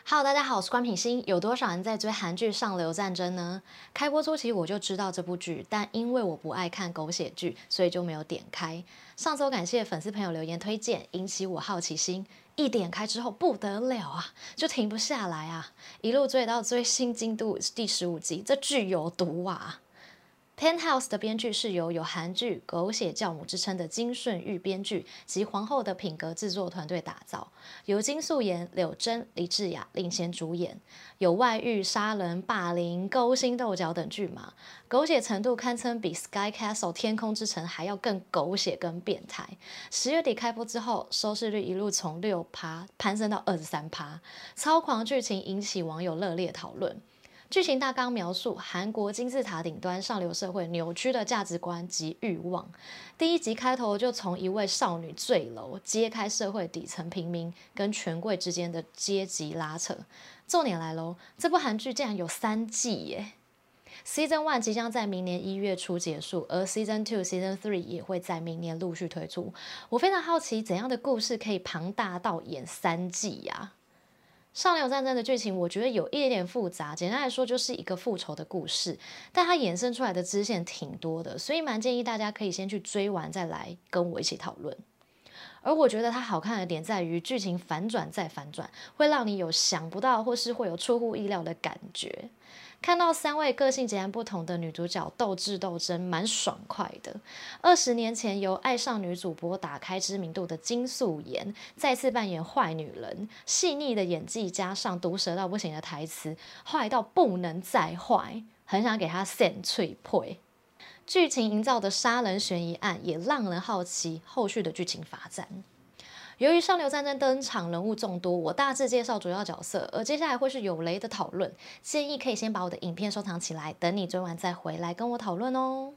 Hello，大家好，我是关品欣。有多少人在追韩剧《上流战争》呢？开播初期我就知道这部剧，但因为我不爱看狗血剧，所以就没有点开。上周感谢粉丝朋友留言推荐，引起我好奇心。一点开之后不得了啊，就停不下来啊，一路追到最新进度第15集，这剧有毒啊！Penthouse 的编剧是由有韩剧“狗血教母”之称的金顺玉编剧及皇后的品格制作团队打造，由金素妍、柳真、李智雅领衔主演，有外遇、杀人、霸凌、勾心斗角等剧码，狗血程度堪称比《Sky Castle》天空之城还要更狗血跟变态。10月底开播之后，收视率一路从6%攀升到23%，超狂剧情引起网友热烈讨论。剧情大纲描述韩国金字塔顶端上流社会扭曲的价值观及欲望。第一集开头就从一位少女坠楼，揭开社会底层平民跟权贵之间的阶级拉扯。重点来喽，这部韩剧竟然有3季耶！Season 1即将在明年1月初结束，而 Season 2、Season 3也会在明年陆续推出。我非常好奇，怎样的故事可以庞大到演3季呀？上流战争的剧情，我觉得有一点点复杂。简单来说，就是一个复仇的故事，但它衍生出来的支线挺多的，所以蛮建议大家可以先去追完，再来跟我一起讨论。而我觉得它好看的点在于剧情反转再反转，会让你有想不到或是会有出乎意料的感觉。看到3位个性截然不同的女主角斗智斗争，蛮爽快的。20年前由爱上女主播打开知名度的金素妍，再次扮演坏女人，细腻的演技加上毒舌到不行的台词，坏到不能再坏，很想给她扇脆配。剧情营造的杀人悬疑案也让人好奇后续的剧情发展。由于上流战争登场人物众多，我大致介绍主要角色，而接下来会是有雷的讨论，建议可以先把我的影片收藏起来，等你追完再回来跟我讨论哦。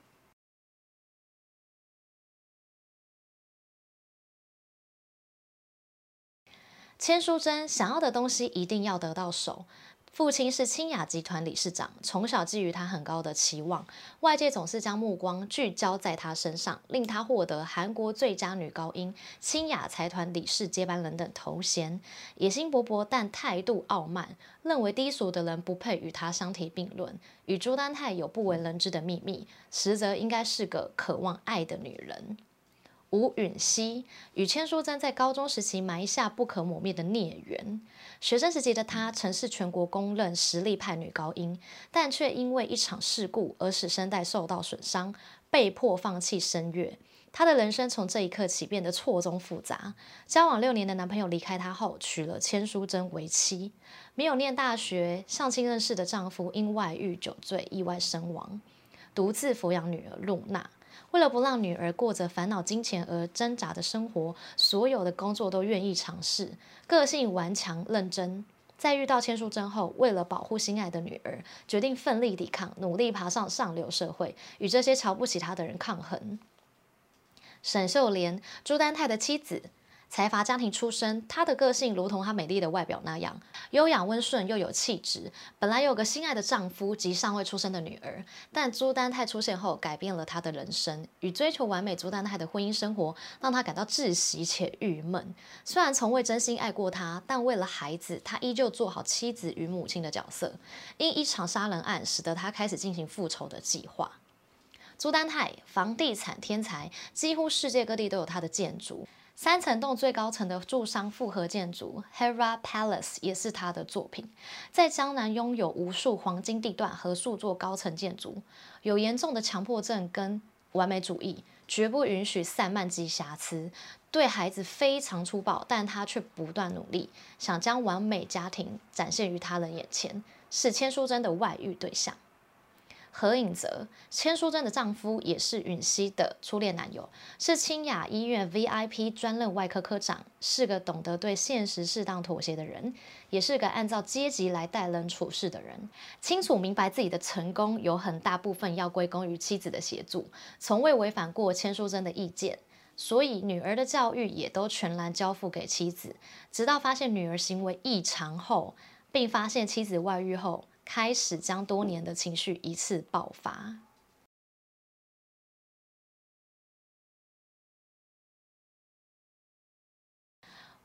千书珍想要的东西一定要得到手。父亲是清雅集团理事长，从小寄予他很高的期望，外界总是将目光聚焦在他身上，令他获得韩国最佳女高音、清雅财团理事接班人等头衔。野心勃勃，但态度傲慢，认为低俗的人不配与他相提并论。与朱丹泰有不为人知的秘密，实则应该是个渴望爱的女人。吴允熙与千书珍在高中时期埋下不可磨灭的孽缘。学生时期的她曾是全国公认实力派女高音，但却因为一场事故而使声带受到损伤，被迫放弃声乐。她的人生从这一刻起变得错综复杂。交往6年的男朋友离开她后，娶了千书珍为妻。没有念大学，相亲认识的丈夫因外遇酒醉意外身亡，独自抚养女儿露娜。为了不让女儿过着烦恼金钱而挣扎的生活，所有的工作都愿意尝试，个性顽强认真。在遇到千书珍后，为了保护心爱的女儿，决定奋力抵抗，努力爬上上流社会，与这些瞧不起她的人抗衡。沈秀莲，朱丹泰的妻子，财阀家庭出身，她的个性如同她美丽的外表那样，优雅温顺又有气质。本来有个心爱的丈夫及尚未出生的女儿，但朱丹泰出现后，改变了她的人生。与追求完美朱丹泰的婚姻生活，让她感到窒息且郁闷。虽然从未真心爱过他，但为了孩子，她依旧做好妻子与母亲的角色。因一场杀人案，使得她开始进行复仇的计划。朱丹泰，房地产天才，几乎世界各地都有他的建筑。3层栋最高层的住商复合建筑 Hera Palace 也是他的作品。在江南拥有无数黄金地段和数座高层建筑，有严重的强迫症跟完美主义，绝不允许散漫及瑕疵。对孩子非常粗暴，但他却不断努力，想将完美家庭展现于他人眼前，是千书珍的外遇对象。何颖哲，千书珍的丈夫，也是允熙的初恋男友，是清雅医院 VIP 专任外科科长，是个懂得对现实适当妥协的人，也是个按照阶级来待人处事的人。清楚明白自己的成功有很大部分要归功于妻子的协助，从未违反过千书珍的意见。所以女儿的教育也都全然交付给妻子，直到发现女儿行为异常后，并发现妻子外遇后，开始将多年的情绪一次爆发。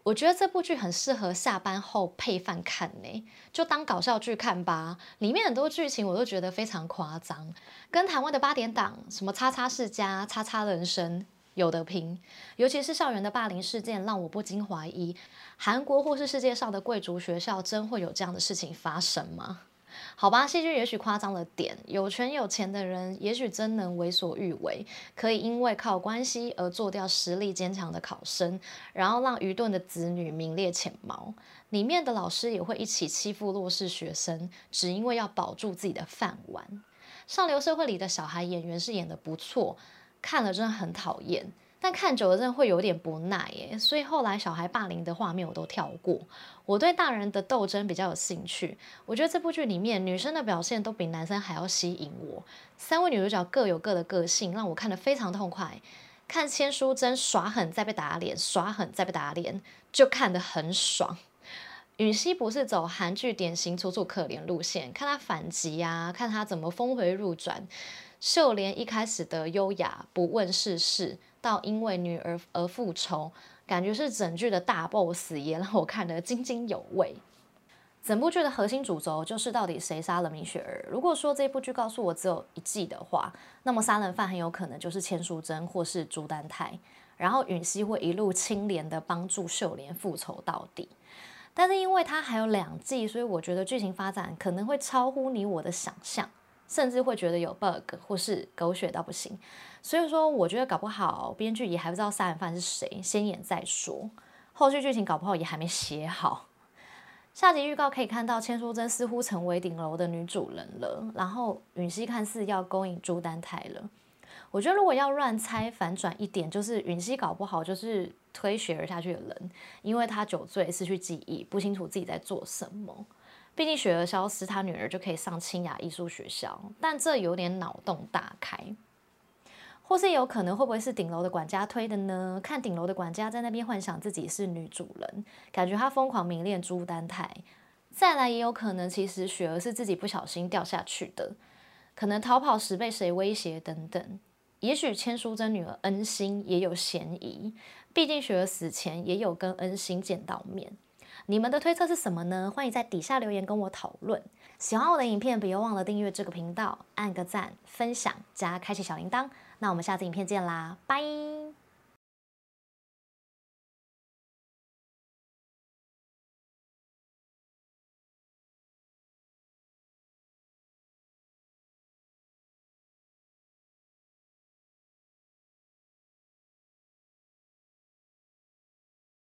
我觉得这部剧很适合下班后配饭看呢，就当搞笑剧看吧。里面很多剧情我都觉得非常夸张，跟台湾的8点档什么《叉叉世家》《叉叉人生》有得拼。尤其是校园的霸凌事件，让我不禁怀疑，韩国或是世界上的贵族学校真会有这样的事情发生吗？好吧，戏剧也许夸张了点，有权有钱的人也许真能为所欲为，可以因为靠关系而做掉实力坚强的考生，然后让愚钝的子女名列前茅。里面的老师也会一起欺负弱势学生，只因为要保住自己的饭碗。上流社会里的小孩演员是演得不错，看了真的很讨厌。但看久了真的会有点不耐耶，所以后来小孩霸凌的画面我都跳过。我对大人的斗争比较有兴趣，我觉得这部剧里面女生的表现都比男生还要吸引我。3位女主角各有各的个性，让我看得非常痛快。看千书真耍狠再被打脸，耍狠再被打脸，就看得很爽。允熙不是走韩剧典型楚楚可怜路线，看她反击啊，看她怎么峰回路转。秀莲一开始的优雅不问世事，到因为女儿而复仇，感觉是整剧的大 boss， 也让我看得津津有味。整部剧的核心主轴就是到底谁杀了米雪儿。如果说这部剧告诉我只有1季的话，那么杀人犯很有可能就是千书真或是朱丹泰，然后允熙会一路清廉的帮助秀莲复仇到底。但是因为它还有2季，所以我觉得剧情发展可能会超乎你我的想象。甚至会觉得有 bug 或是狗血到不行，所以说我觉得搞不好编剧也还不知道杀人犯是谁，先演再说，后续剧情搞不好也还没写好。下集预告可以看到千书真似乎成为顶楼的女主人了，然后允熙看似要勾引朱丹泰了。我觉得如果要乱猜反转一点，就是允熙搞不好就是推雪儿下去的人，因为她酒醉失去记忆，不清楚自己在做什么。毕竟雪儿消失，他女儿就可以上清雅艺术学校，但这有点脑洞大开。或是有可能会不会是顶楼的管家推的呢？看顶楼的管家在那边幻想自己是女主人，感觉他疯狂迷恋朱丹泰。再来也有可能，其实雪儿是自己不小心掉下去的，可能逃跑时被谁威胁等等。也许千书真女儿恩心也有嫌疑，毕竟雪儿死前也有跟恩心见到面。你们的推测是什么呢？欢迎在底下留言跟我讨论。喜欢我的影片，别忘了订阅这个频道，按个赞、分享加开启小铃铛。那我们下次影片见啦，拜！